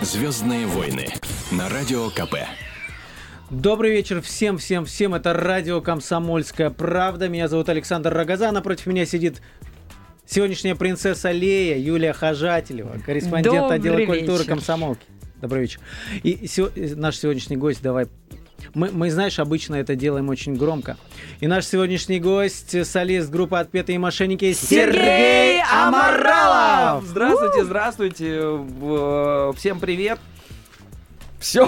«Звездные войны» на Радио КП. Добрый вечер всем. Это радио «Комсомольская правда». Меня зовут Александр Рогоза. Напротив меня сидит сегодняшняя принцесса Лея, Юлия Хожателева, корреспондент отдела культуры «Комсомолки». Добрый вечер. И наш сегодняшний гость, давай... Мы, знаешь, обычно это делаем очень громко. И наш сегодняшний гость, солист группы «Отпетые мошенники» Сергей Аморалов! Здравствуйте. Всем привет. Все,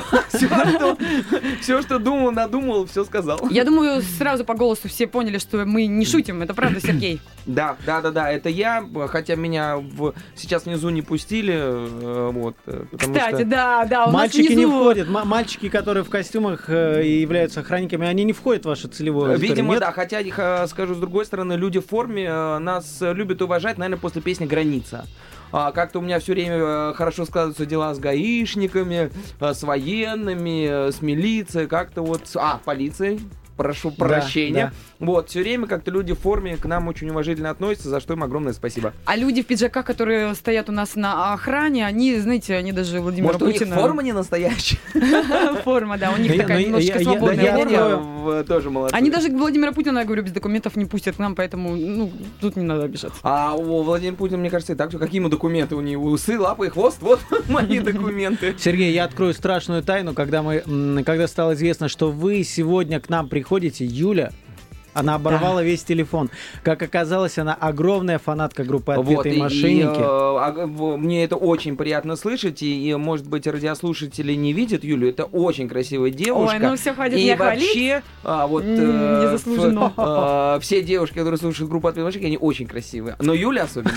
что думал, надумал, все сказал. Я думаю, сразу по голосу все поняли, что мы не шутим. Это правда, Сергей? Да, это я, хотя меня сейчас внизу не пустили. Кстати, да, у мальчики нас внизу... не входят. Мальчики, которые в костюмах и являются охранниками, они не входят в вашу целевую аудиторию. Видимо, нет? Да, хотя, скажу с другой стороны, люди в форме нас любят уважать, наверное, после песни «Граница». Как-то у меня все время хорошо складываются дела с гаишниками, с военными, с милицией, как-то полицией. Прошу прощения. Да. Все время как-то люди в форме к нам очень уважительно относятся, за что им огромное спасибо. А люди в пиджаках, которые стоят у нас на охране, они, знаете, они даже Владимира Путина... Может, у них форма не настоящая? Форма, да, у них такая немножечко свободная форма. Тоже молодцы. Они даже Владимира Путина, я говорю, без документов не пустят к нам, поэтому, тут не надо обижаться. А у Владимира Путина, мне кажется, и так же. Какие ему документы? У него усы, лапы и хвост. Вот мои документы. Сергей, я открою страшную тайну, когда стало известно, что вы сегодня к нам приходите, Юля, она оборвала весь телефон. Как оказалось, она огромная фанатка группы «Отпетые мошенники». Мне это очень приятно слышать. И, может быть, радиослушатели не видят Юлю. Это очень красивая девушка. Ой, все хватит и меня вообще, не заслужено. все девушки, которые слушают группу «Отпетые мошенники», они очень красивые. Но Юля особенно.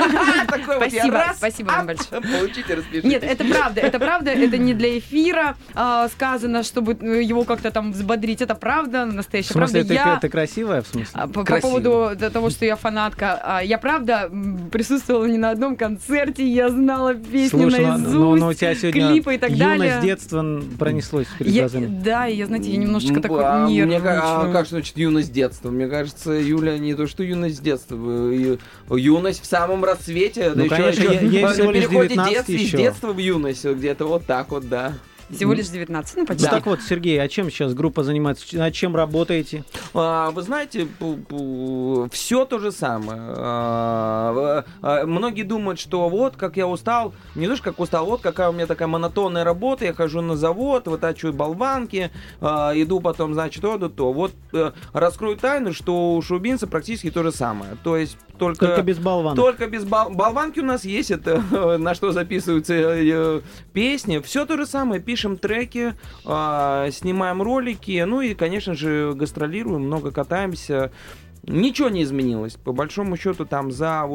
Спасибо вам большое. Получите, распишитесь. Нет, это правда. Это не для эфира сказано, чтобы его как-то там взбодрить. Это правда, настоящая правда. В смысле, это красивая, в смысле? По поводу того, что я фанатка. Я, правда, присутствовала не на одном концерте, я знала песни наизусть, но у тебя сегодня клипы и так далее. Юность детства пронеслось перед глазами. Да, я, знаете, я немножечко такой нервничаю. Как значит юность детства? Мне кажется, Юля не то, что юность детства. Юность в самом расцвете. Ну, конечно, ей всего лишь 19 из детства в юность. Где-то вот так вот, да. Всего лишь 19, почти. Ну так вот, Сергей, а чем сейчас группа занимается? Над чем работаете? Вы знаете, все то же самое. Многие думают, что вот как я устал, не то, что как устал, вот какая у меня такая монотонная работа, я хожу на завод, вытачиваю болванки, иду потом, значит, то. Вот раскрою тайну, что у шоу-бизнеса практически то же самое. То есть только без болванок. Только без болванки у нас есть, это на что записываются песни. Все то же самое, пишем треки, снимаем ролики, ну и, конечно же, гастролируем, много катаемся. Ничего не изменилось. По большому счету, там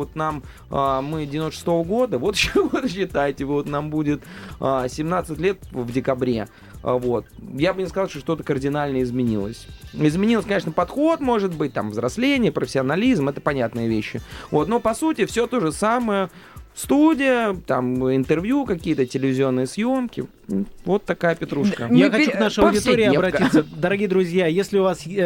мы 96-го года, вот считайте, нам будет 17 лет в декабре. Я бы не сказал, что что-то кардинально изменилось. Изменилось, конечно, подход, может быть, там, взросление, профессионализм, это понятные вещи. Но, по сути, все то же самое. Студия, там, интервью какие-то, телевизионные съемки. Вот такая петрушка. Я хочу к нашей аудитории обратиться. Дорогие друзья, если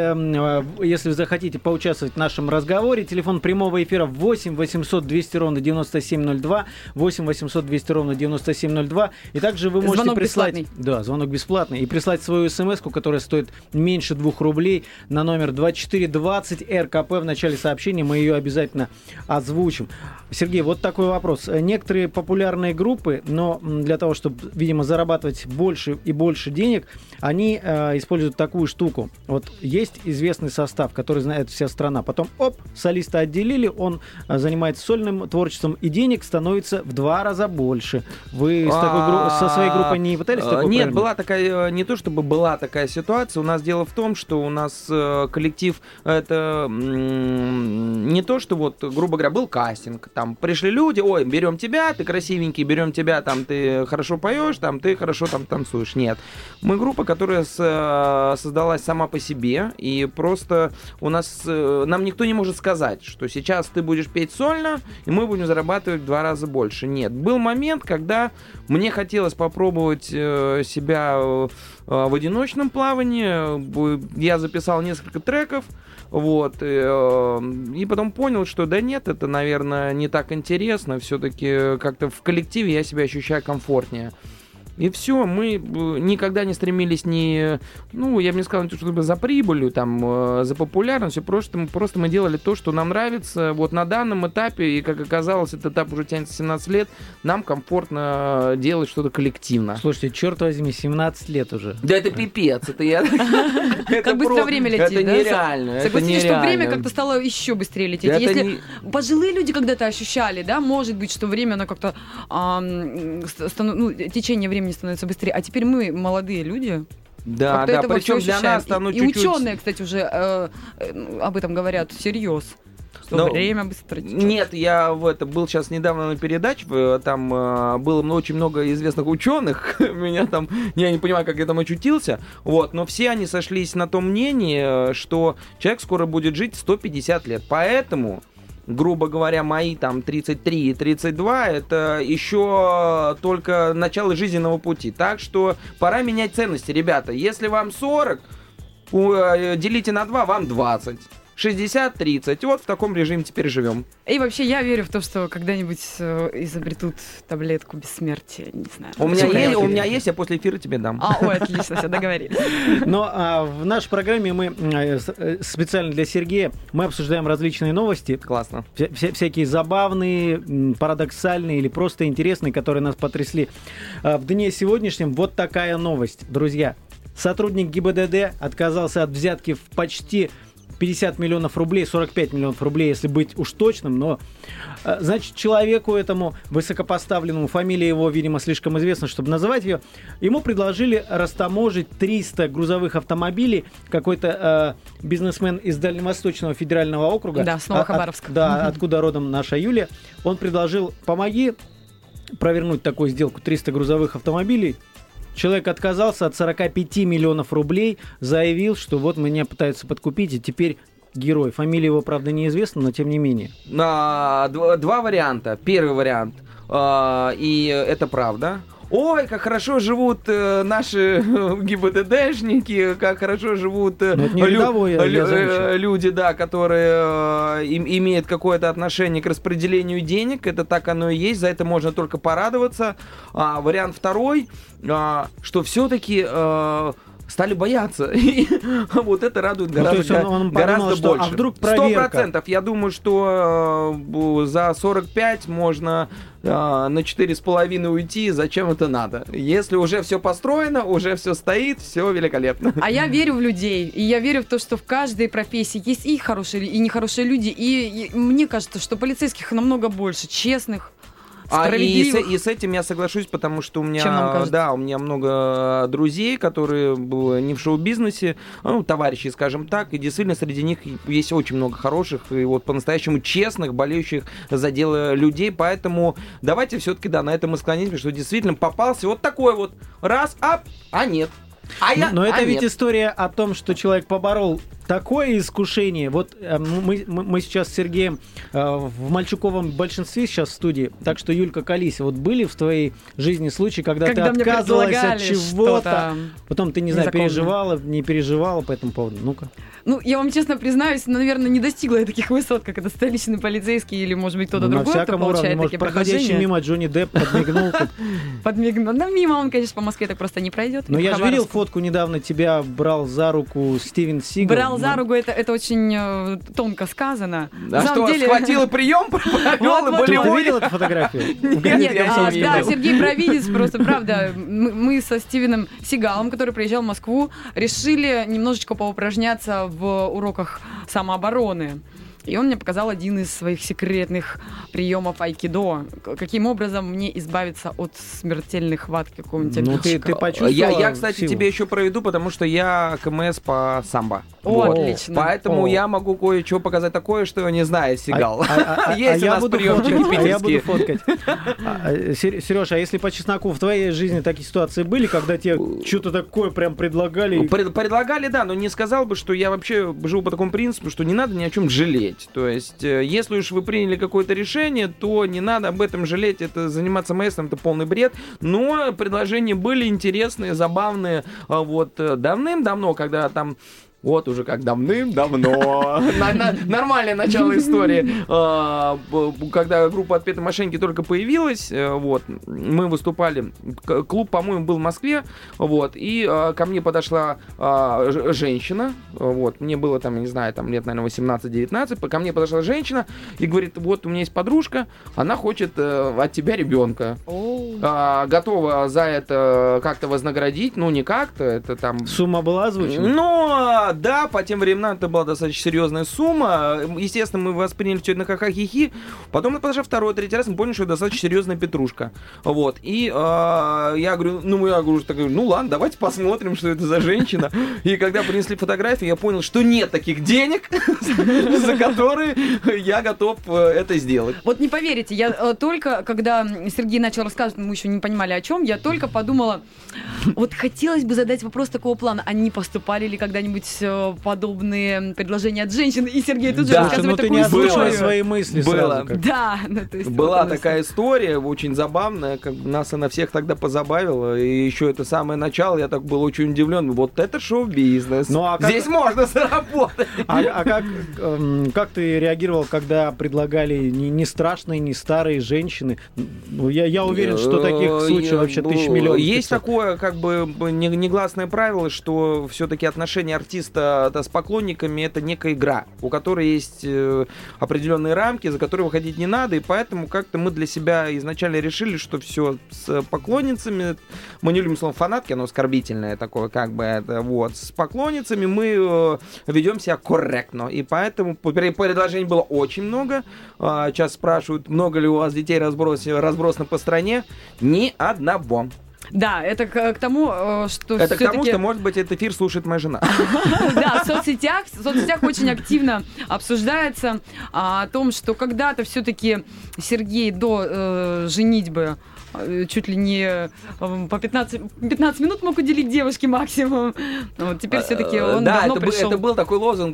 вы захотите поучаствовать в нашем разговоре, телефон прямого эфира 8 800 200 ровно 9702, 8 800 200 ровно 9702. И также вы можете звонок прислать... бесплатный. Да, звонок бесплатный. И прислать свою смс-ку, которая стоит меньше 2 рублей, на номер 2420 РКП в начале сообщения. Мы ее обязательно озвучим. Сергей, вот такой вопрос. Некоторые популярные группы, но для того, чтобы, видимо, зарабатывать больше и больше денег, они используют такую штуку. Вот есть известный состав, который знает вся страна. Потом, солиста отделили, он занимается сольным творчеством, и денег становится в 2 раза больше. Вы со своей группой не пытались такое? Нет, была такая, не то чтобы была такая ситуация. У нас дело в том, что у нас коллектив, это не то, что грубо говоря, был кастинг. Там пришли люди, берем тебя, ты красивенький, берем тебя, там ты хорошо поешь, там ты хорошо там танцуешь. Нет. Мы группа, которая создалась сама по себе, и просто нам никто не может сказать, что сейчас ты будешь петь сольно, и мы будем зарабатывать в 2 раза больше. Нет. Был момент, когда мне хотелось попробовать себя в одиночном плавании. Я записал несколько треков, и потом понял, что да нет, это, наверное, не так интересно. Все-таки как-то в коллективе я себя ощущаю комфортнее. И все, мы никогда не стремились я бы не сказал, чтобы за прибылью, за популярностью, просто мы делали то, что нам нравится. Вот на данном этапе, и как оказалось, этот этап уже тянется 17 лет, нам комфортно делать что-то коллективно. Слушайте, черт возьми, 17 лет уже. Да это пипец, это я... Как быстро время летит, это да? Нереально. Согласитесь, что время как-то стало еще быстрее лететь. Если пожилые люди когда-то ощущали, да, может быть, что время, оно как-то течение времени становится быстрее, а теперь мы, молодые люди, да, причем для нас оно чуть-чуть... И ученые, кстати, уже об этом говорят всерьез. Время быстро течет. Нет, я был сейчас недавно на передаче, там было очень много известных ученых, я не понимаю, как я там очутился, но все они сошлись на том мнении, что человек скоро будет жить 150 лет, поэтому... грубо говоря, мои 33 и 32, это еще только начало жизненного пути. Так что пора менять ценности, ребята. Если вам 40, делите на 2, вам 20. 60-30. Вот в таком режиме теперь живем. И вообще я верю в то, что когда-нибудь изобретут таблетку бессмертия, не знаю. У меня есть, я после эфира тебе дам. Ой, отлично, все, договорились. Но в нашей программе мы специально для Сергея мы обсуждаем различные новости. Классно. Всякие забавные, парадоксальные или просто интересные, которые нас потрясли в дне сегодняшнем. Вот такая новость, друзья. Сотрудник ГИБДД отказался от взятки в почти 50 миллионов рублей, 45 миллионов рублей, если быть уж точным, но, значит, человеку этому высокопоставленному, фамилия его, видимо, слишком известна, чтобы называть ее, ему предложили растаможить 300 грузовых автомобилей, какой-то бизнесмен из Дальневосточного федерального округа. Да, снова Хабаровск. Откуда родом наша Юлия. Он предложил: помоги провернуть такую сделку, 300 грузовых автомобилей. Человек отказался от 45 миллионов рублей, заявил, что вот меня пытаются подкупить, и теперь герой. Фамилия его, правда, неизвестна, но тем не менее. Два варианта. Первый вариант, и это правда. Ой, как хорошо живут наши ГИБДДшники, как хорошо живут люди, да, которые имеют какое-то отношение к распределению денег. Это так оно и есть, за это можно только порадоваться. Вариант второй, что все-таки... стали бояться. И вот это радует гораздо больше. А вдруг проверка? 100%. Я думаю, что за 45 можно на 4,5 уйти. Зачем это надо? Если уже все построено, уже все стоит, все великолепно. А я верю в людей. И я верю в то, что в каждой профессии есть и хорошие, и нехорошие люди. И мне кажется, что полицейских намного больше, честных. И с этим я соглашусь, потому что у меня много друзей, которые не в шоу-бизнесе, товарищи, скажем так, и действительно среди них есть очень много хороших и вот по-настоящему честных, болеющих за дело людей, поэтому давайте все-таки, на этом мы склонимся, что действительно попался вот такой вот раз, а нет. Но это ведь история о том, что человек поборол такое искушение. Вот мы сейчас с Сергеем в мальчуковом большинстве сейчас в студии. Так что, Юлька, колись. Вот были в твоей жизни случаи, когда ты отказывалась от чего-то, потом ты, не знаю, не переживала по этому поводу? Ну-ка. Я вам честно признаюсь, наверное, не достигла я таких высот, как это столичный полицейский или, может быть, кто-то другой, кто получает такие проходящий мимо Джонни Депп подмигнул. Подмигнул. Мимо он, конечно, по Москве так просто не пройдет. Но я же видел фотку недавно, тебя брал за руку Стивен Сигал. Брал за руку, это очень тонко сказано. А что, схватил и прием провел, и Ты видел эту фотографию? Нет, да, Сергей провидец, просто, правда. Мы со Стивеном Сигалом, который приезжал в Москву, решили немножечко поупражняться в уроках самообороны. И он мне показал один из своих секретных приемов айкидо. Каким образом мне избавиться от смертельной хватки какого-нибудь обидчика. Ты почувствовала я, кстати, тебе еще проведу, потому что я КМС по самбо. Отлично. Поэтому я могу кое-что показать такое, что не знает Сигал. Есть у нас приемчики питерские. Я буду фоткать. Сереж, а если по чесноку, в твоей жизни такие ситуации были, когда тебе что-то такое прям предлагали? Предлагали, да, но не сказал бы, что я вообще живу по такому принципу, что не надо ни о чем жалеть. То есть, если уж вы приняли какое-то решение, то не надо об этом жалеть. Это заниматься МСом, это полный бред. Но предложения были интересные, забавные. Вот давным-давно, когда там Вот уже как давным-давно. Нормальное начало истории. Когда группа «Отпетые мошенники» только появилась, вот, мы выступали, клуб, по-моему, был в Москве, вот, и ко мне подошла женщина, вот, мне было там, я не знаю, там лет, наверное, 18-19, ко мне подошла женщина и говорит: вот у меня есть подружка, она хочет от тебя ребенка. Готова за это как-то вознаградить, ну, не как-то, это там... Сумма была озвучена? Ну, да, по тем временам это была достаточно серьезная сумма. Естественно, мы восприняли все это на ха-ха-хи-хи. Потом, подошел второй, третий раз, мы поняли, что это достаточно серьезная петрушка. Вот. И я говорю, ну ладно, давайте посмотрим, что это за женщина. И когда принесли фотографию, я понял, что нет таких денег, за которые я готов это сделать. Вот не поверите, я только, когда Сергей начал рассказывать, мы еще не понимали о чем, я только подумала, вот хотелось бы задать вопрос такого плана, а не поступали ли когда-нибудь подобные предложения от женщин? И Сергей тут же рассказывает такую историю. Свои мысли сразу. Да, ну, то есть была вот такая история, очень забавная, как нас она всех тогда позабавила, и еще это самое начало, я так был очень удивлен, вот это шоу-бизнес, ну, а здесь можно заработать. А как ты реагировал, когда предлагали не страшные, не старые женщины? Я уверен, что таких случаев вообще тысяч миллионов. Есть такое, как бы, негласное правило, что все-таки отношения артиста с поклонниками — это некая игра, у которой есть определенные рамки, за которые выходить не надо, и поэтому как-то мы для себя изначально решили, что все с поклонницами, мы не любим слово фанатки, оно оскорбительное такое, как бы, это, вот, с поклонницами мы ведем себя корректно, и поэтому предложений было очень много. Сейчас спрашивают, много ли у вас детей разбросано по стране? Ни одного. Да, это к тому, что это к тому, что, может быть, этот эфир слушает моя жена. Да, в соцсетях очень активно обсуждается о том, что когда-то все-таки Сергей до женитьбы чуть ли не по 15 минут мог уделить девушке максимум. Вот теперь все-таки он давно пришел. Это был такой лозунг,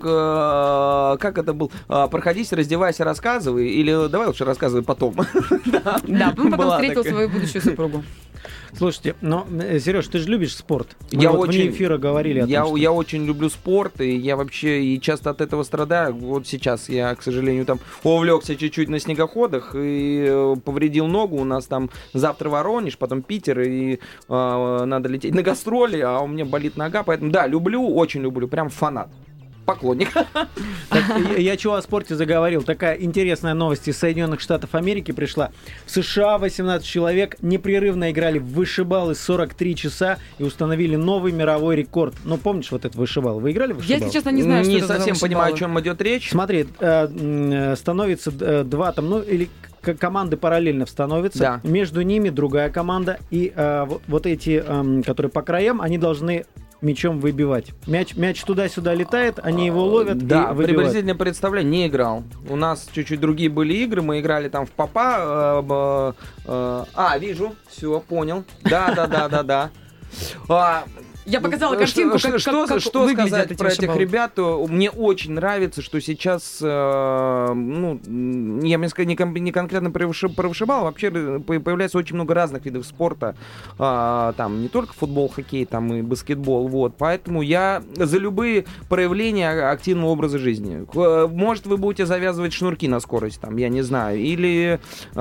как это был? Проходись, раздевайся, рассказывай, или давай лучше рассказывай потом. Да, он потом встретил свою будущую супругу. Слушайте, но, Сереж, ты же любишь спорт. Мы вне эфира говорили о том, я очень люблю спорт, и я вообще и часто от этого страдаю. Вот сейчас я, к сожалению, там увлекся чуть-чуть на снегоходах и повредил ногу. У нас там завтра Воронеж, потом Питер, и надо лететь на гастроли, а у меня болит нога. Поэтому, да, люблю, очень люблю, прям фанат. Поклонник. Так, я чего о спорте заговорил? Такая интересная новость из Соединенных Штатов Америки пришла. В США 18 человек непрерывно играли в вышибалы 43 часа и установили новый мировой рекорд. Ну, помнишь вот это вышибал? Вы играли в вышибал? Я, если честно, не знаю, что не это за совсем вышибалы. понимаю, о чем идет речь. Смотри, становится два там, ну, или команды параллельно становятся. Да. Между ними другая команда. И вот эти, которые по краям, они должны мячом выбивать. Мяч туда-сюда летает, они его ловят и выбивают. Приблизительное представление, не играл. У нас чуть-чуть другие были игры, мы играли там в попа. Вижу, все, понял. Да. Я показала картинку, как что сказать про этих ребят. Мне очень нравится, что сейчас, я не конкретно про вышибал, вообще появляется очень много разных видов спорта. Там не только футбол, хоккей, там и баскетбол. Вот. Поэтому я за любые проявления активного образа жизни. Может, вы будете завязывать шнурки на скорость, там, я не знаю. Или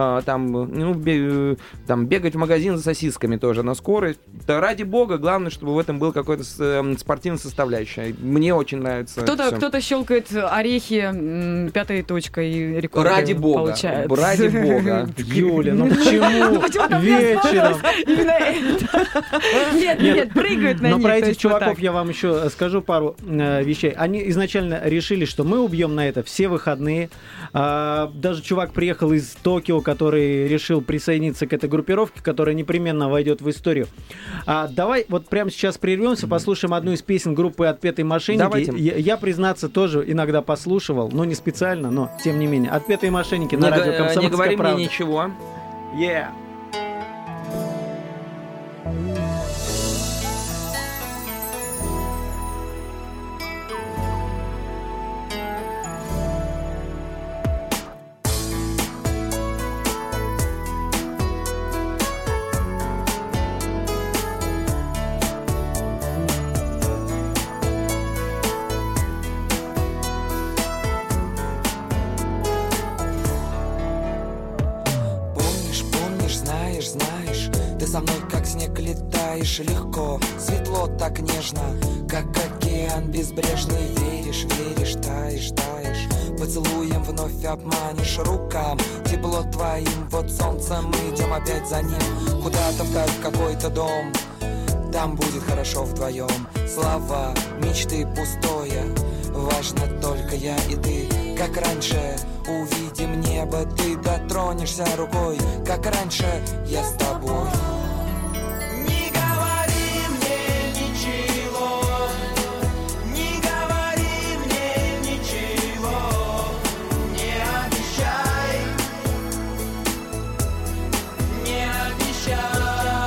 бегать в магазин за сосисками тоже на скорость. Да, ради бога, главное, чтобы в этом был какой-то спортивная составляющая. Мне очень нравится. Кто-то щелкает орехи пятой точкой и рекорды ради бога. Получает. Ради бога. Юля, ну почему? Вечером. Именно это. Нет, прыгают на них. Но про этих чуваков я вам еще скажу пару вещей. Они изначально решили, что мы убьем на это все выходные. Даже чувак приехал из Токио, который решил присоединиться к этой группировке, которая непременно войдет в историю. Давай вот прямо сейчас прервемся, послушаем одну из песен группы «Отпетые мошенники». Давайте. Я, признаться, тоже иногда послушивал, но не специально, но тем не менее. «Отпетые мошенники» на радио «Комсомольская Не говори правда». мне ничего. Yeah. как снег летаешь легко, светло так нежно, как океан безбрежный. Веришь, веришь, таешь, таешь, поцелуем вновь обманешь рукам, тепло твоим, вот солнце, мы идем опять за ним, куда-то вдаль в какой-то дом. Там будет хорошо вдвоем. Слова, мечты пустое, важно только я и ты. Как раньше увидим небо, ты дотронешься рукой. Как раньше я с тобой. Не говори мне ничего, не говори мне ничего, не обещай, не обещай.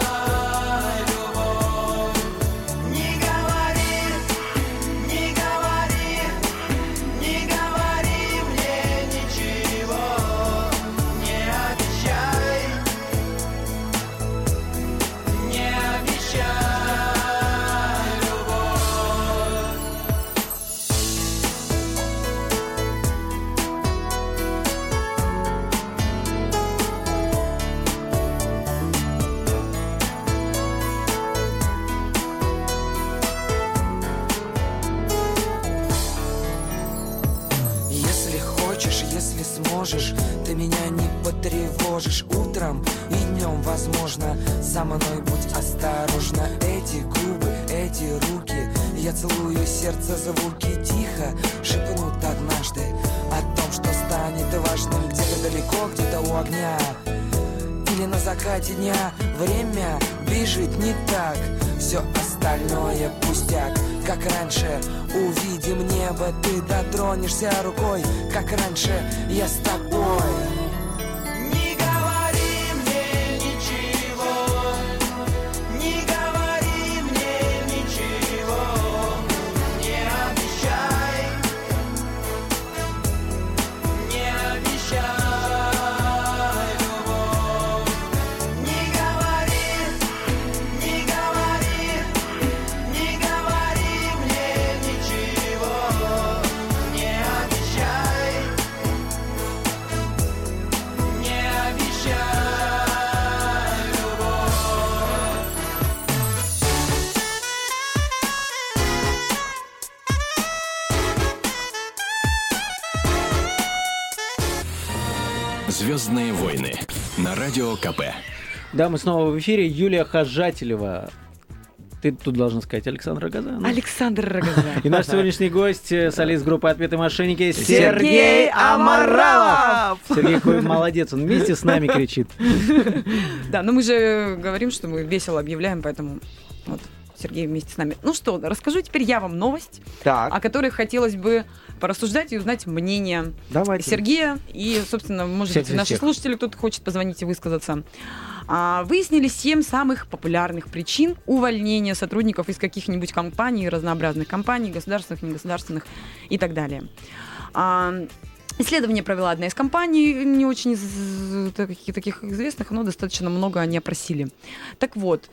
Ты меня не потревожишь утром и днем, возможно. Со мной будь осторожна. Эти губы, эти руки, я целую сердце, звуки тихо шепнут однажды о том, что станет важным. Где-то далеко, где-то у огня или на закате дня. Время бежит не так, все остальное пустяк. Как раньше увидим небо, ты дотронешься рукой. Как раньше я с тобой. Не говори мне ничего, не говори мне ничего, не обещай, не обещай любовь. Не говори, не говори, не говори мне ничего, не обещай, не обещай любовь. «Звездные войны» на Радио КП. Да, мы снова в эфире. Юлия Хожателева. Ты тут должна сказать Александр Рогоза. Александр Рогоза. И наш сегодняшний гость, солист группы «Отпетые мошенники» Сергей Амаралов. Сергей какой молодец, он вместе с нами кричит. Да, но мы же говорим, что мы весело объявляем, поэтому вот Сергей вместе с нами. Ну что, расскажу теперь я вам новость, Так, о которой хотелось бы порассуждать и узнать мнение давайте. Сергея. И, собственно, может быть, Всех. наши слушатели, кто-то хочет позвонить и высказаться. Выяснили 7 самых популярных причин увольнения сотрудников из каких-нибудь компаний, разнообразных компаний, государственных, негосударственных и так далее. Исследование провела одна из компаний, не очень таких известных, но достаточно много они опросили. Так вот,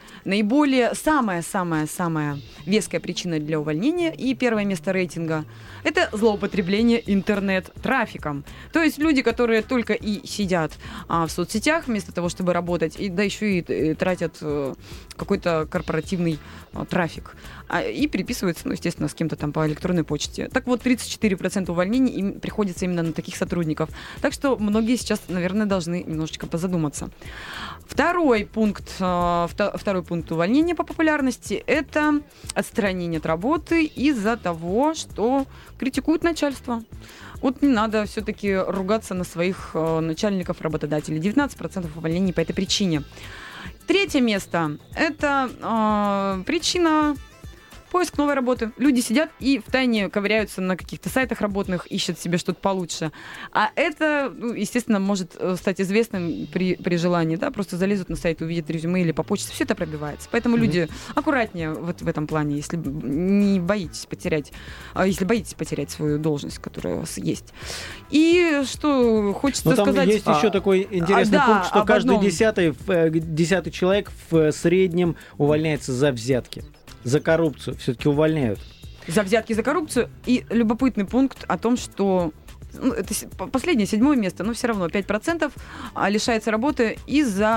самая веская причина для увольнения и первое место рейтинга – это злоупотребление интернет-трафиком. То есть люди, которые только и сидят в соцсетях вместо того, чтобы работать, и да еще и тратят какой-то корпоративный трафик. И переписываются, ну, естественно, с кем-то там по электронной почте. Так вот, 34% увольнений им приходится именно на таких сотрудников. Так что многие сейчас, наверное, должны немножечко позадуматься. Второй пункт увольнения по популярности – это отстранение от работы из-за того, что критикуют начальство. Вот не надо все-таки ругаться на своих начальников, работодателей. 19% увольнений по этой причине. Третье место – это причина поиск новой работы. Люди сидят и втайне ковыряются на каких-то сайтах работных, ищут себе что-то получше. А это, естественно, может стать известным при желании. Да? Просто залезут на сайт, увидят резюме или по почте. Все это пробивается. Поэтому люди аккуратнее вот в этом плане, если не боитесь потерять, если боитесь потерять свою должность, которая у вас есть. И что хочется там сказать... есть еще такой интересный пункт, что каждый десятый человек в среднем увольняется за взятки. За коррупцию все-таки увольняют. За взятки, за коррупцию. И любопытный пункт о том, что это последнее, 7-е место, но все равно 5% лишается работы из-за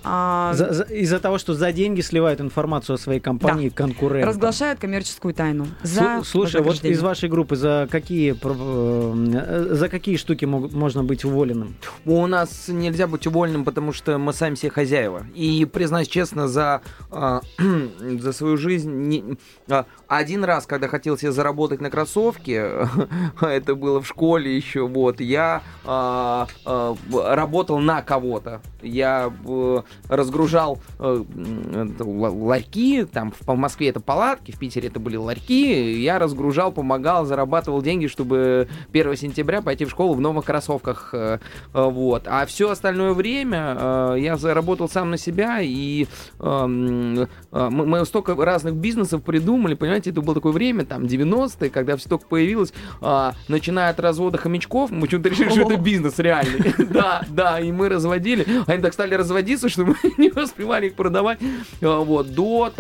Из-за того, что за деньги сливают информацию о своей компании конкурентам. Разглашают коммерческую тайну. Слушай, вот из вашей группы за какие штуки можно быть уволенным? У нас нельзя быть уволенным, потому что мы сами все хозяева. И, признаюсь честно, за свою жизнь один раз, когда хотел себе заработать на кроссовке, это было в школе еще, вот, я работал на кого-то. Я разгружал ларьки, там в Москве это палатки, в Питере это были ларьки, я разгружал, помогал, зарабатывал деньги, чтобы 1 сентября пойти в школу в новых кроссовках, вот. А все остальное время я заработал сам на себя, и мы столько разных бизнесов придумали, понимаете, это было такое время, там, 90-е, когда все только появилось, начиная от развода хомячков, мы почему-то решили, что это бизнес реальный. Да, и мы разводили, они так стали разводиться, что мы не успевали их продавать, вот, до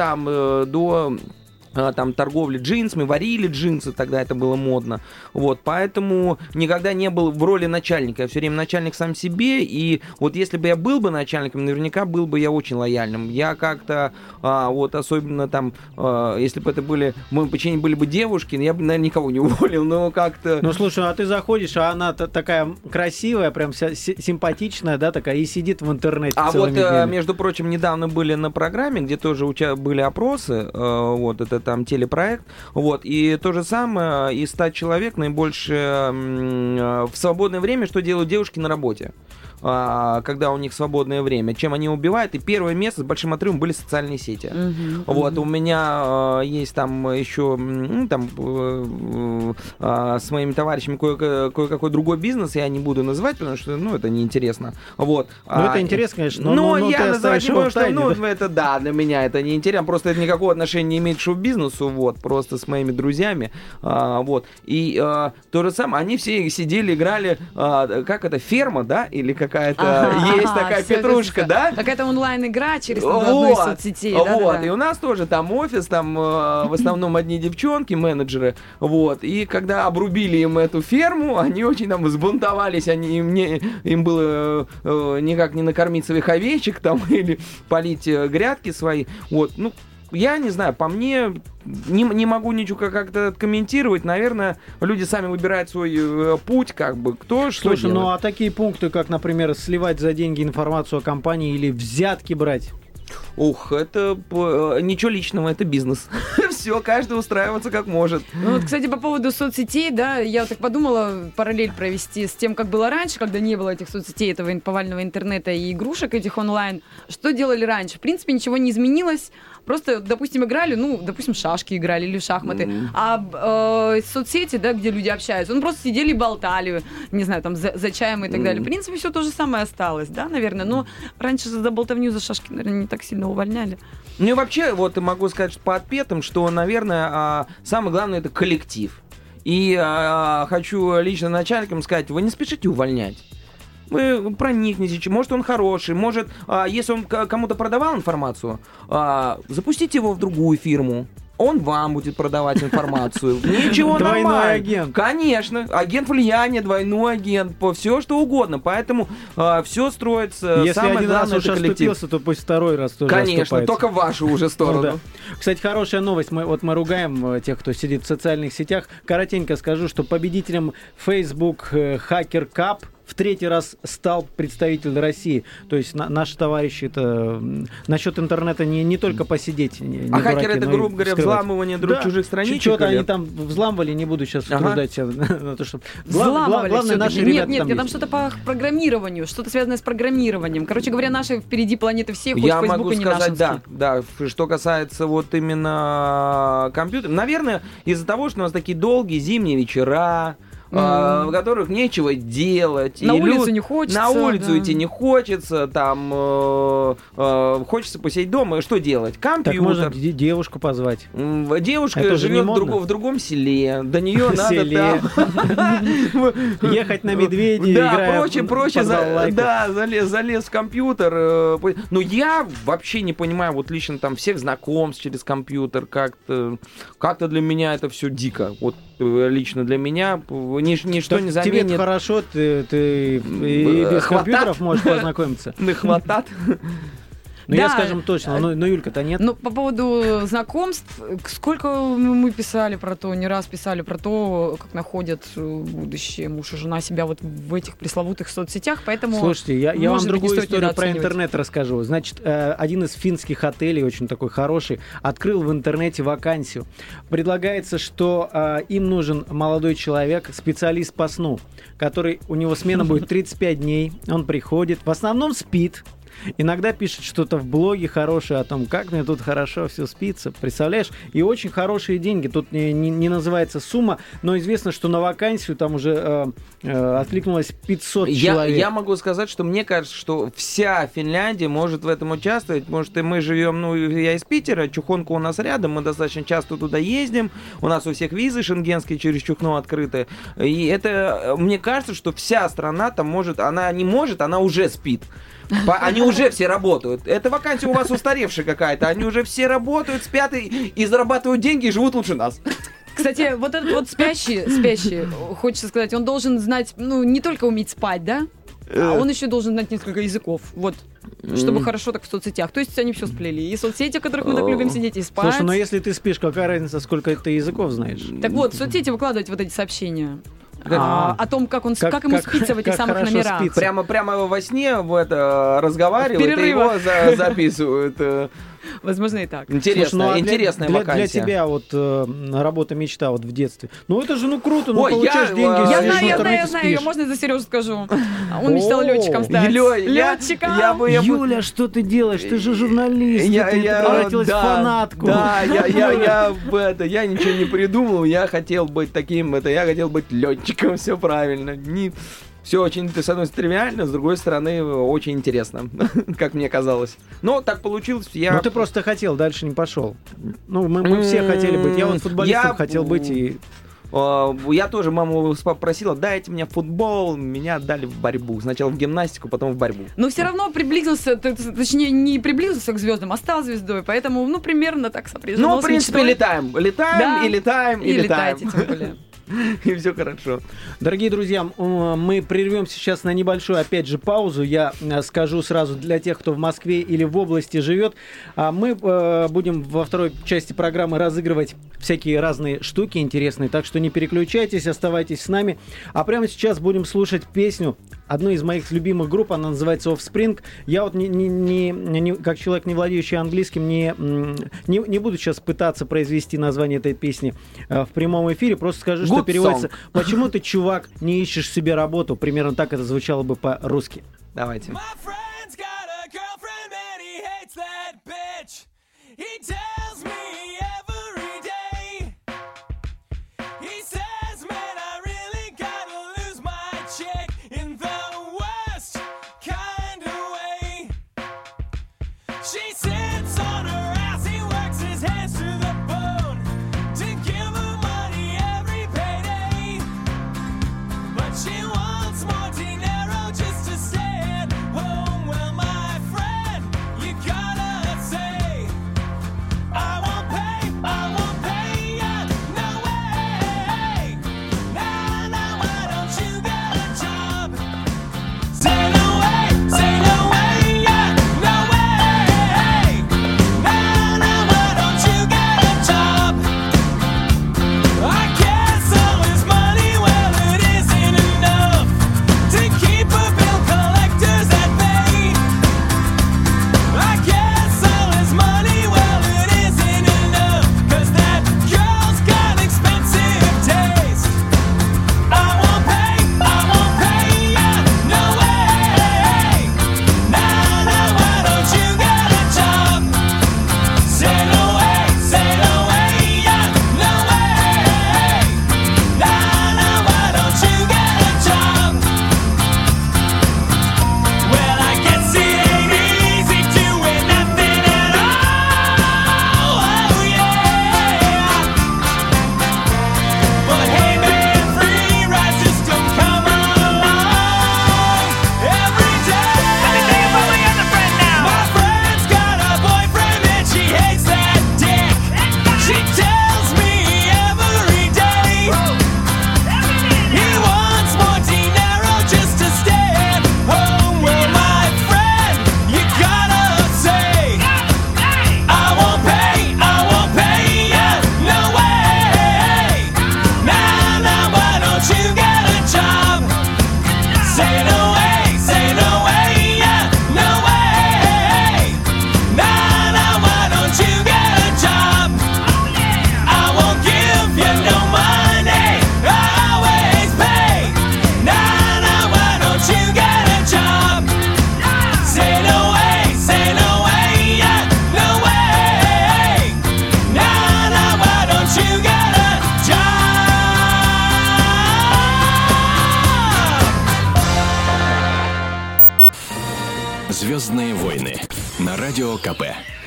торговли джинсами, варили джинсы, тогда это было модно. Вот, поэтому никогда не был в роли начальника. Я все время начальник сам себе, и вот если бы я был бы начальником, наверняка был бы я очень лояльным. Я как-то, вот особенно там, если бы это были, в моем подчинении были бы девушки, я бы, наверное, никого не уволил, но как-то... Ну, слушай, а ты заходишь, а она такая красивая, прям вся симпатичная, да, такая, и сидит в интернете целыми днями. Между прочим, недавно были на программе, где тоже были опросы, вот, это там телепроект, вот, и то же самое, из 100 человек наибольше в свободное время, что делают девушки на работе, когда у них свободное время, чем они убивают, и первое место с большим отрывом были социальные сети. Вот, у меня есть там еще, с моими товарищами кое-какой другой бизнес, я не буду называть, потому что, это неинтересно. Вот. Ну, это интересно, конечно, но я называть не могу, что, тайне, это, да, для меня это неинтересно, просто это никакого отношения не имеет к шоу-бизнесу, вот, просто с моими друзьями, вот. И то же самое, они все сидели, играли, как это, ферма, да, или какая-то, есть такая петрушка, да? Какая-то онлайн-игра через одну из соцсетей. Вот, и у нас тоже там офис, там в основном одни девчонки, менеджеры, вот, и когда обрубили им эту ферму, они очень там взбунтовались, им было никак не накормить своих овечек там или полить грядки свои, вот, я не знаю, по мне, не могу ничего как-то комментировать. Наверное, люди сами выбирают свой путь, как бы, кто что Слушай, делает. А такие пункты, как, например, сливать за деньги информацию о компании или взятки брать? Ух, это ничего личного, это бизнес. Все, каждый устраивается как может. Ну вот, кстати, по поводу соцсетей, да, я так подумала параллель провести с тем, как было раньше, когда не было этих соцсетей, этого повального интернета и игрушек этих онлайн. Что делали раньше? В принципе, ничего не изменилось. Просто, допустим, играли, допустим, шашки играли или в шахматы. А соцсети, да, где люди общаются, просто сидели и болтали, не знаю, там, за чаем и так далее. В принципе, все то же самое осталось, да, наверное. Но раньше за болтовню, за шашки, наверное, не так сильно увольняли. Ну и вообще, вот могу сказать по отпетым, что, наверное, самое главное — это коллектив. И хочу лично начальникам сказать, вы не спешите увольнять. Вы проникнете, может, он хороший, может, если он кому-то продавал информацию, запустите его в другую фирму. Он вам будет продавать информацию. Ничего, нормально. Двойной агент. Конечно. Агент влияния, двойной агент, все что угодно. Поэтому все строится. Если самое один главное, раз уж оступился, то пусть второй раз тоже Конечно, оступается. только в вашу уже сторону. Да. Кстати, хорошая новость. Мы ругаем тех, кто сидит в социальных сетях. Коротенько скажу, что победителем Facebook Hacker Cup в 3-й раз стал представитель России. То есть наши товарищи, это насчет интернета не только посидеть. Хакер — это, грубо говоря, взламывание чужих страничек? Что-то они там взламывали, не буду сейчас утруждать себя на то, что... Главное, наши ребята нет, там что-то по программированию, что-то связанное с программированием. Короче говоря, наши впереди планеты все, хоть я Facebook могу и не сказать, нашинский. да, что касается вот именно компьютера, наверное, из-за того, что у нас такие долгие зимние вечера, в которых нечего делать. На улицу не хочется. На улицу идти не хочется, там хочется посидеть дома. Что делать? Компьютер. Так можно девушку позвать. Девушка живет в другом селе. До нее надо там... Ехать на медведя, играя проще, залез в компьютер. Но я вообще не понимаю, вот лично там всех знакомств через компьютер, как-то для меня это все дико. Вот лично для меня ничто не заменит. Тебе хорошо, ты и без компьютеров можешь познакомиться. Хватат. Ну, Да. я, скажем, точно, но Юлька-то нет. Ну, по поводу знакомств, сколько мы писали про то, не раз писали про то, как находят будущие муж и жена себя вот в этих пресловутых соцсетях, поэтому... Слушайте, я вам может быть, не другую стоит историю про недооценивать. интернет расскажу. Значит, один из финских отелей, очень такой хороший, открыл в интернете вакансию. Предлагается, что им нужен молодой человек, специалист по сну, который, у него смена будет 35 дней, он приходит, в основном спит. Иногда пишет что-то в блоге хорошее о том, как мне тут хорошо все спится, представляешь? И очень хорошие деньги. Тут не называется сумма, но известно, что на вакансию там уже откликнулось 500 человек. Я могу сказать, что мне кажется, что вся Финляндия может в этом участвовать, потому что мы живем, ну, я из Питера, Чухонка у нас рядом, мы достаточно часто туда ездим, у нас у всех визы шенгенские через Чухно открыты, и это, мне кажется, что вся страна там может, она не может, она уже спит. Они уже все работают. Эта вакансия у вас устаревшая какая-то. Они уже все работают, спят и зарабатывают деньги и живут лучше нас. Кстати, вот этот вот спящий, хочется сказать, он должен знать, ну, не только уметь спать, да? А он еще должен знать несколько языков. Вот. Чтобы хорошо так в соцсетях. То есть они все сплели. И соцсети, в которых мы так любим сидеть, и спать. Слушай, но если ты спишь, какая разница, сколько ты языков знаешь? Так вот, в соцсети выкладывать вот эти сообщения. О том, как ему спится в этих самых хорошо номерах. спится. Прямо во сне разговаривают, и его записывают. Возможно, и так. Интересная вакансия. Для тебя вот работа мечта вот в детстве. Ну это же круто, Ой, получаешь деньги, Я сидишь в знаю, интернете, я можно за Сережу скажу. Он мечтал летчиком стать. Летчиком. Юля, что ты делаешь? Ты же журналист. Ты превратилась в фанатку. Да, я ничего не придумал, я хотел быть таким, я хотел быть летчиком, все правильно. Все очень, с одной стороны, тривиально, с другой стороны, очень интересно, как мне казалось. Но так получилось, Ну ты просто хотел, дальше не пошел. Ну, мы все хотели быть. Я вот футболистом хотел быть и... Я тоже маму попросила, дайте мне футбол, меня отдали в борьбу. Сначала в гимнастику, потом в борьбу. Но все равно приблизился, точнее, не приблизился к звездам, а стал звездой. Поэтому, ну, примерно так сопряжено. Ну, в принципе, летаем. Да. И летаем. Летайте, тем более. И все хорошо. Дорогие друзья, мы прервемся сейчас на небольшую, опять же, паузу. Я скажу сразу для тех, кто в Москве или в области живет. Мы будем во второй части программы разыгрывать всякие разные штуки интересные. Так что не переключайтесь, оставайтесь с нами. А прямо сейчас будем слушать песню одной из моих любимых групп. Она называется Offspring. Я вот как человек, не владеющий английским, не буду сейчас пытаться произвести название этой песни в прямом эфире. Просто скажу, что переводится «Почему ты, чувак, не ищешь себе работу?» Примерно так это звучало бы по-русски. Давайте. Just to stay at home. Well, my friend, you gotta КП.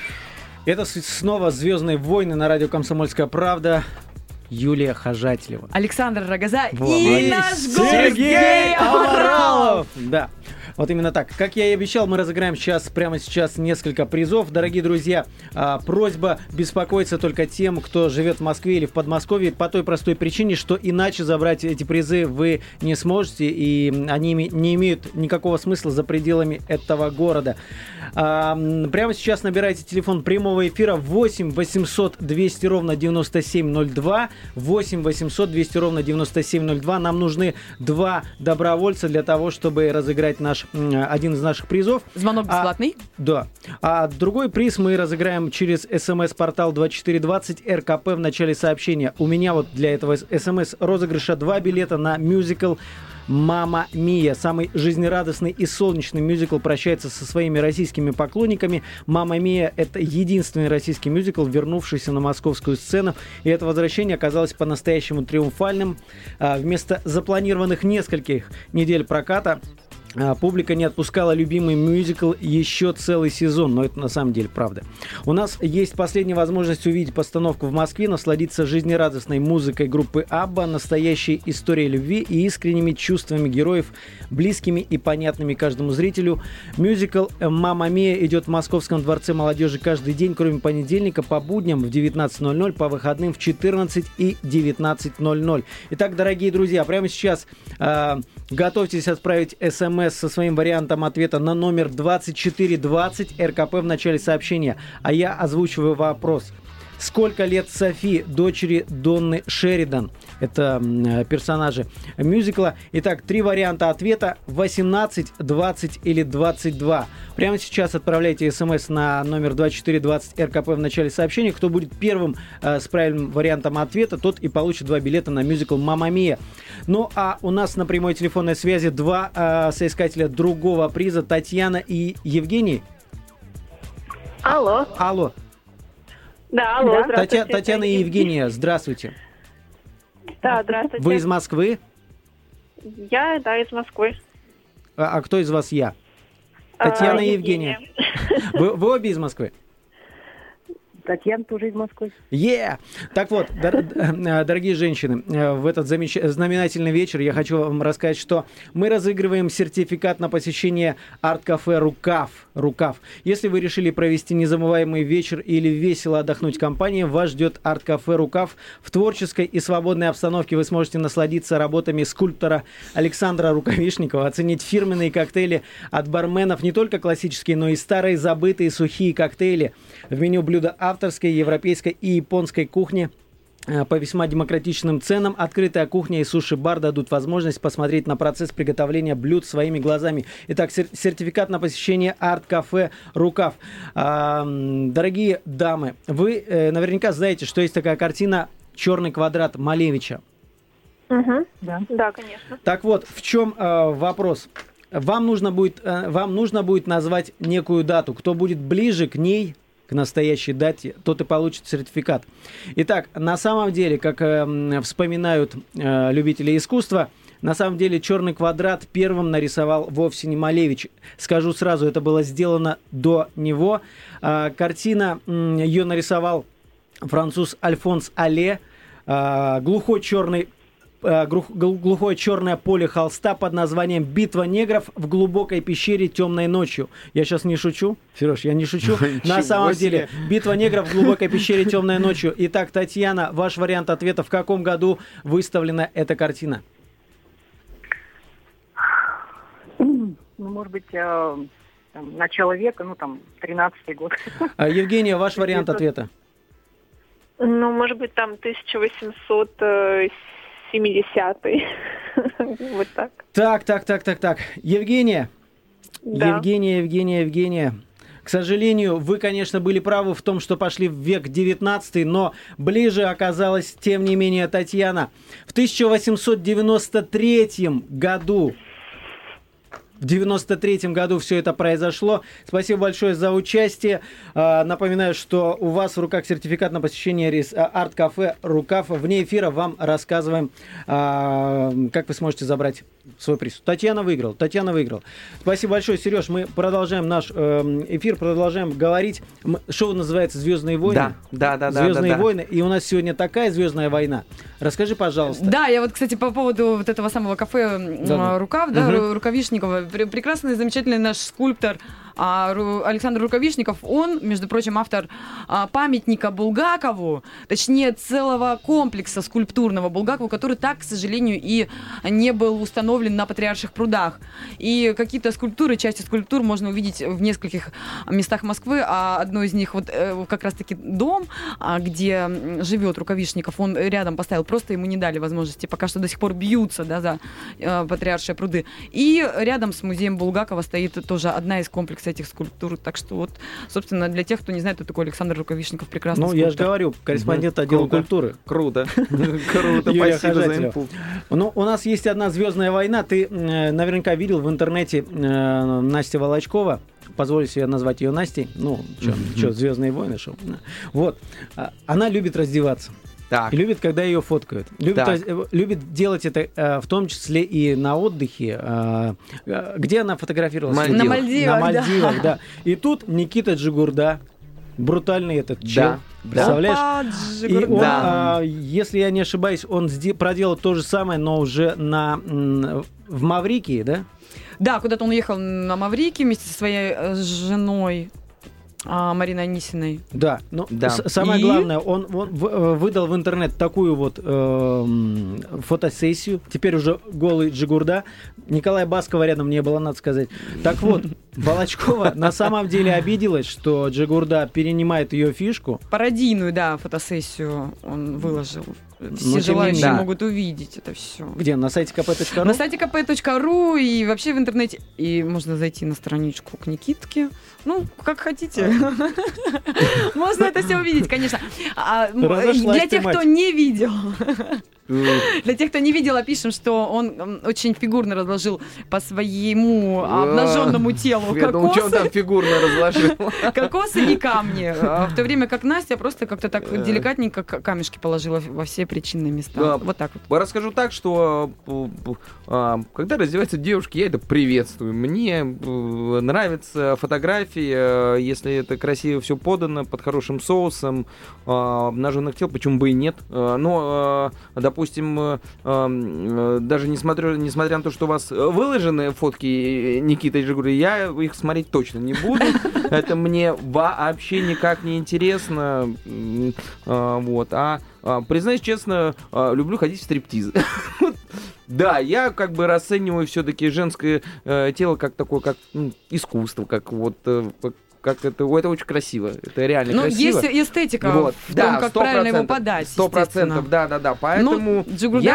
Это снова «Звездные войны» на радио «Комсомольская правда». Юлия Хожателева. Александр Рогоза Вот, и молодец. наш гость Сергей Аморалов! Да. Вот именно так. Как я и обещал, мы разыграем прямо сейчас несколько призов. Дорогие друзья, просьба беспокоиться только тем, кто живет в Москве или в Подмосковье, по той простой причине, что иначе забрать эти призы вы не сможете, и они не имеют никакого смысла за пределами этого города. Прямо сейчас набирайте телефон прямого эфира 8 800 200 ровно 9702, 8 800 200 ровно 9702. Нам нужны 2 добровольца для того, чтобы разыграть один из наших призов. Звонок бесплатный? Да. А другой приз мы разыграем через СМС-портал 2420 РКП в начале сообщения. У меня вот для этого СМС-розыгрыша 2 билета на мюзикл «Мамма Мия». Самый жизнерадостный и солнечный мюзикл прощается со своими российскими поклонниками. «Мамма Мия» — это единственный российский мюзикл, вернувшийся на московскую сцену. И это возвращение оказалось по-настоящему триумфальным. Вместо запланированных нескольких недель проката публика не отпускала любимый мюзикл еще целый сезон, но это на самом деле правда. У нас есть последняя возможность увидеть постановку в Москве, насладиться жизнерадостной музыкой группы Абба, настоящей историей любви и искренними чувствами героев, близкими и понятными каждому зрителю. Мюзикл «Мамма Мия» идет в Московском дворце молодежи каждый день, кроме понедельника, по будням в 19:00, по выходным в 14 и 19:00. Итак, дорогие друзья, прямо сейчас готовьтесь отправить СМС со своим вариантом ответа на номер 2420 РКП в начале сообщения. А я озвучиваю вопрос. Сколько лет Софи, дочери Донны Шеридан? Это персонажи мюзикла. Итак, 3 варианта ответа: 18, 20 или 22. Прямо сейчас отправляйте смс на номер 2420 РКП в начале сообщения. Кто будет первым с правильным вариантом ответа, тот и получит 2 билета на мюзикл «Мамма Мия». Ну, а у нас на прямой телефонной связи 2 соискателя другого приза: Татьяна и Евгений. Алло. Алло. Да, алло, здравствуйте. Татьяна и Евгения, здравствуйте. Да, здравствуйте. Вы из Москвы? Я, да, из Москвы. А кто из вас я? Татьяна и Евгения. Вы обе из Москвы? Татьяна тоже из Москвы. Так вот, дорогие женщины, в этот знаменательный вечер я хочу вам рассказать, что мы разыгрываем сертификат на посещение арт-кафе «Рукав». Если вы решили провести незабываемый вечер или весело отдохнуть в компании, вас ждет арт-кафе «Рукав». В творческой и свободной обстановке вы сможете насладиться работами скульптора Александра Рукавишникова, оценить фирменные коктейли от барменов, не только классические, но и старые, забытые, сухие коктейли. В меню блюда авторской, европейской и японской кухни по весьма демократичным ценам. Открытая кухня и суши-бар дадут возможность посмотреть на процесс приготовления блюд своими глазами. Итак, сертификат на посещение арт-кафе «Рукав». Дорогие дамы, вы наверняка знаете, что есть такая картина «Черный квадрат» Малевича. Угу. Да, конечно. Так вот, в чем вопрос? Вам нужно будет назвать некую дату. Кто будет ближе к ней, к настоящей дате, тот и получит сертификат. Итак, на самом деле, как вспоминают любители искусства, на самом деле «Черный квадрат» первым нарисовал вовсе не Малевич. Скажу сразу, это было сделано до него. Картина, ее нарисовал француз Альфонс Алле. Глухое черное поле холста под названием «Битва негров в глубокой пещере темной ночью». Я сейчас не шучу, Сереж, я не шучу. На самом деле, «Битва негров в глубокой пещере темной ночью». Итак, Татьяна, ваш вариант ответа: в каком году выставлена эта картина? Ну, может быть, начало века, 13-й год. Евгения, ваш вариант ответа? Ну, может быть, там 1870-й. Вот так. Так. Евгения. Да. Евгения. К сожалению, вы, конечно, были правы в том, что пошли в век 19, но ближе оказалась, тем не менее, Татьяна. В 1893 году В 93-м году все это произошло. Спасибо большое за участие. Напоминаю, что у вас в руках сертификат на посещение арт-кафе «Рукав». Вне эфира вам рассказываем, как вы сможете забрать свой приз. Татьяна выиграла. Спасибо большое, Сереж. Мы продолжаем наш эфир, продолжаем говорить. Шоу называется «Звездные войны». Да. «Звездные войны». И у нас сегодня такая звездная война. Расскажи, пожалуйста. Да, я вот, кстати, по поводу вот этого самого кафе «Рукав», Рукавишникова. Прекрасный, замечательный наш скульптор Александр Рукавишников, он, между прочим, автор памятника Булгакову, точнее, целого комплекса скульптурного Булгакову, который так, к сожалению, и не был установлен на Патриарших прудах. И какие-то скульптуры, части скульптур можно увидеть в нескольких местах Москвы, а одно из них вот как раз-таки дом, где живет Рукавишников, он рядом поставил, просто ему не дали возможности, пока что до сих пор бьются, да, за Патриаршие пруды. И рядом с музеем Булгакова стоит тоже одна из комплексов этих скульптур. Так что вот, собственно, для тех, кто не знает, кто такой Александр Рукавишников, прекрасный скульптор. Я же говорю, корреспондент отдела культуры. Круто, спасибо за инфу. Ну, у нас есть одна звездная война. Ты наверняка видел в интернете Настя Волочкова. Позволю себе назвать ее Настей. Ну, что, «Звездные войны» шоу. Вот. Она любит раздеваться. Так. И любит, когда ее фоткают. Любит делать это в том числе и на отдыхе. Где она фотографировалась? На Мальдивах, да. И тут Никита Джигурда, брутальный этот чел. Представляешь? И он, если я не ошибаюсь, он проделал то же самое, но уже в Маврикии, да? Да, куда-то он уехал на Маврикии вместе со своей женой. Мариной Анисиной. Да, самое главное, он выдал в интернет такую вот фотосессию. Теперь уже голый Джигурда. Николая Баскова рядом не было, надо сказать. Так вот, Волочкова на самом деле обиделась, что Джигурда перенимает ее фишку. Пародийную, да, фотосессию он выложил. Все желающие могут увидеть это все. Где? На сайте kp.ru? На сайте kp.ru и вообще в интернете. И можно зайти на страничку к Никитке. Ну, как хотите. Можно это все увидеть, конечно. Для тех, кто не видел. Для тех, кто не видел, опишем, что он очень фигурно разложил по своему обнаженному телу я думал, что он там фигурно разложил. Кокосы и камни. В то время как Настя просто как-то так деликатненько камешки положила во все причинные места. Вот так вот. Расскажу так, что когда раздеваются девушки, я это приветствую. Мне нравятся фотографии, если это красиво все подано, под хорошим соусом, обнаженных тел, почему бы и нет. Но, допустим, даже несмотря на то, что у вас выложены фотки Никиты Джигурды, я их смотреть точно не буду. Это мне вообще никак не интересно. Вот. Признаюсь честно, люблю ходить в стриптизы. Да, я как бы расцениваю все-таки женское тело как такое, как искусство, как вот... Как это очень красиво. Это реально красиво. Есть эстетика в том, как правильно его подать. 100%, да. Поэтому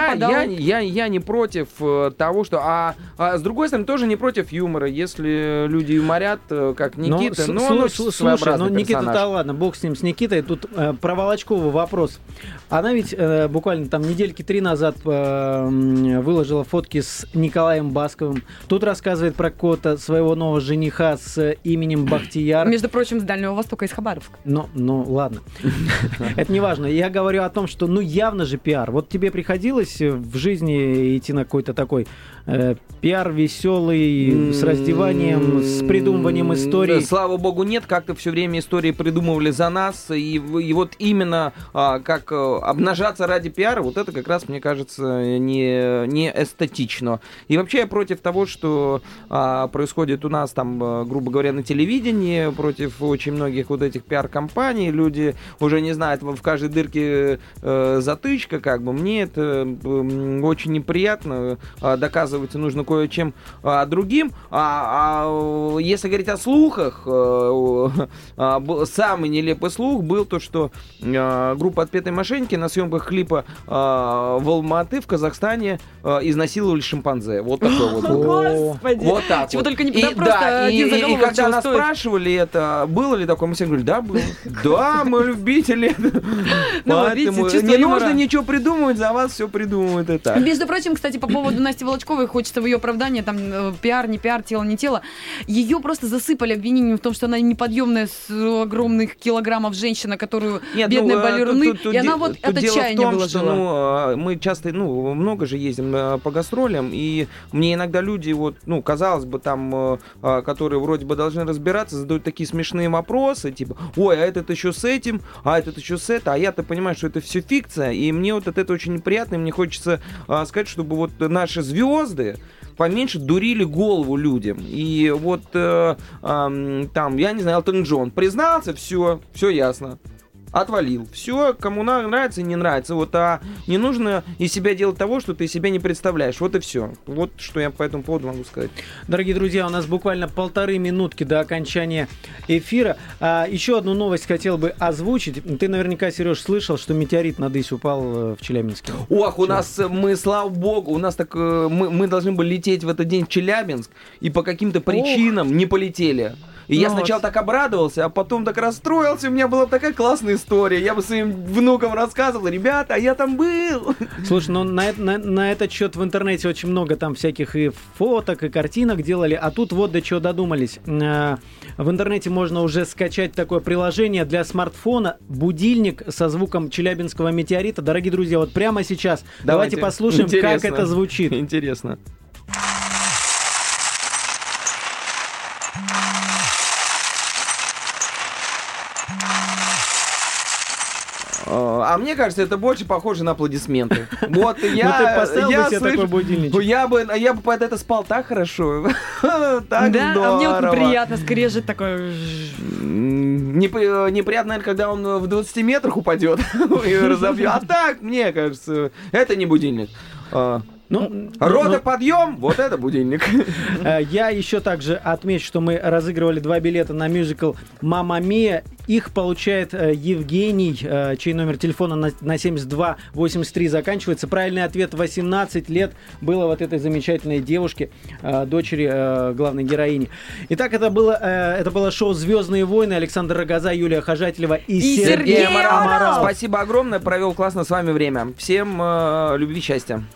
я не против того, что... А с другой стороны, тоже не против юмора. Если люди юморят, как Никита, слушай, Никита-то ладно, бог с ним, с Никитой. Тут про Волочкову вопрос. Она ведь буквально там недельки 3 назад выложила фотки с Николаем Басковым. Тут рассказывает про какого-то своего нового жениха с именем Бахтияр. Между прочим, с Дальнего Востока, из Хабаровска. Ну, ладно. Это не важно. Я говорю о том, что, явно же пиар. Вот тебе приходилось в жизни идти на какой-то такой пиар веселый, с раздеванием, с придумыванием историй? Слава богу, нет. Как-то все время истории придумывали за нас. И вот именно как обнажаться ради пиара, вот это как раз, мне кажется, не эстетично. И вообще я против того, что происходит у нас там, грубо говоря, на телевидении, против очень многих вот этих пиар-компаний. Люди уже не знают, в каждой дырке затычка, как бы. Мне это очень неприятно. Доказывать нужно кое-чем другим. Если говорить о слухах, самый нелепый слух был то, что группа «Отпетые мошенники» на съемках клипа в Алма-Аты в Казахстане изнасиловали шимпанзе. Вот такой вот. Господи! Вот так Чего вот. только не... Просто один заголовок и когда нас спрашивали, лет. Было ли такое? Мы все говорили, да, было. Да, мы любители. Поэтому не нужно ничего придумывать, за вас все придумывают и так. Между прочим, кстати, по поводу Насти Волочковой, хочется в ее оправдании, там, пиар, не пиар, тело, не тело. Ее просто засыпали обвинением в том, что она неподъемная с огромных килограммов женщина, которую бедные балеруны, и она вот это чаяние выложила. Мы часто, много же ездим по гастролям, и мне иногда люди, казалось бы, там, которые вроде бы должны разбираться, задают такие смешные вопросы, типа, ой, а этот еще с этим, а этот еще с этим, а я-то понимаю, что это все фикция, и мне вот от этого очень неприятно, и мне хочется сказать, чтобы вот наши звезды поменьше дурили голову людям. И вот там, я не знаю, Элтон Джон признался, все ясно. Отвалил. Все, кому нравится и не нравится. А не нужно из себя делать того, что ты из себя не представляешь. Вот и все. Вот что я по этому поводу могу сказать. Дорогие друзья, у нас буквально 1,5 минутки до окончания эфира. Еще одну новость хотел бы озвучить. Ты наверняка, Сереж, слышал, что метеорит на Дысь упал в Челябинске. Ох, у нас, слава богу, у нас так, мы должны были лететь в этот день в Челябинск, и по каким-то причинам не полетели. И я сначала так обрадовался, а потом так расстроился. У меня была такая классная история. Я бы своим внукам рассказывал: ребята, я там был. Слушай, на этот счет в интернете очень много там всяких и фоток, и картинок делали. А тут вот до чего додумались. В интернете можно уже скачать такое приложение для смартфона. Будильник со звуком челябинского метеорита. Дорогие друзья, вот прямо сейчас давайте послушаем, как это звучит. Интересно. А мне кажется, это больше похоже на аплодисменты. Вот я слышу, такой будильничек. Я бы под это спал так хорошо. Так да, здорово. А мне вот неприятно, скрежет такой. Неприятно, наверное, когда он в 20 метрах упадет и разобьет. А так, мне кажется, это не будильник. Подъем, вот это будильник. Я еще также отмечу, что мы разыгрывали 2 билета на мюзикл «Мамма Мия». Их получает Евгений, чей номер телефона на 7283 заканчивается. Правильный ответ: 18 лет было вот этой замечательной девушке, дочери главной героини. Итак, это было шоу «Звездные войны». Александр Рогоза, Юлия Хожателева и Сергей Аморалов. Спасибо огромное, провел классно с вами время. Всем любви, счастья.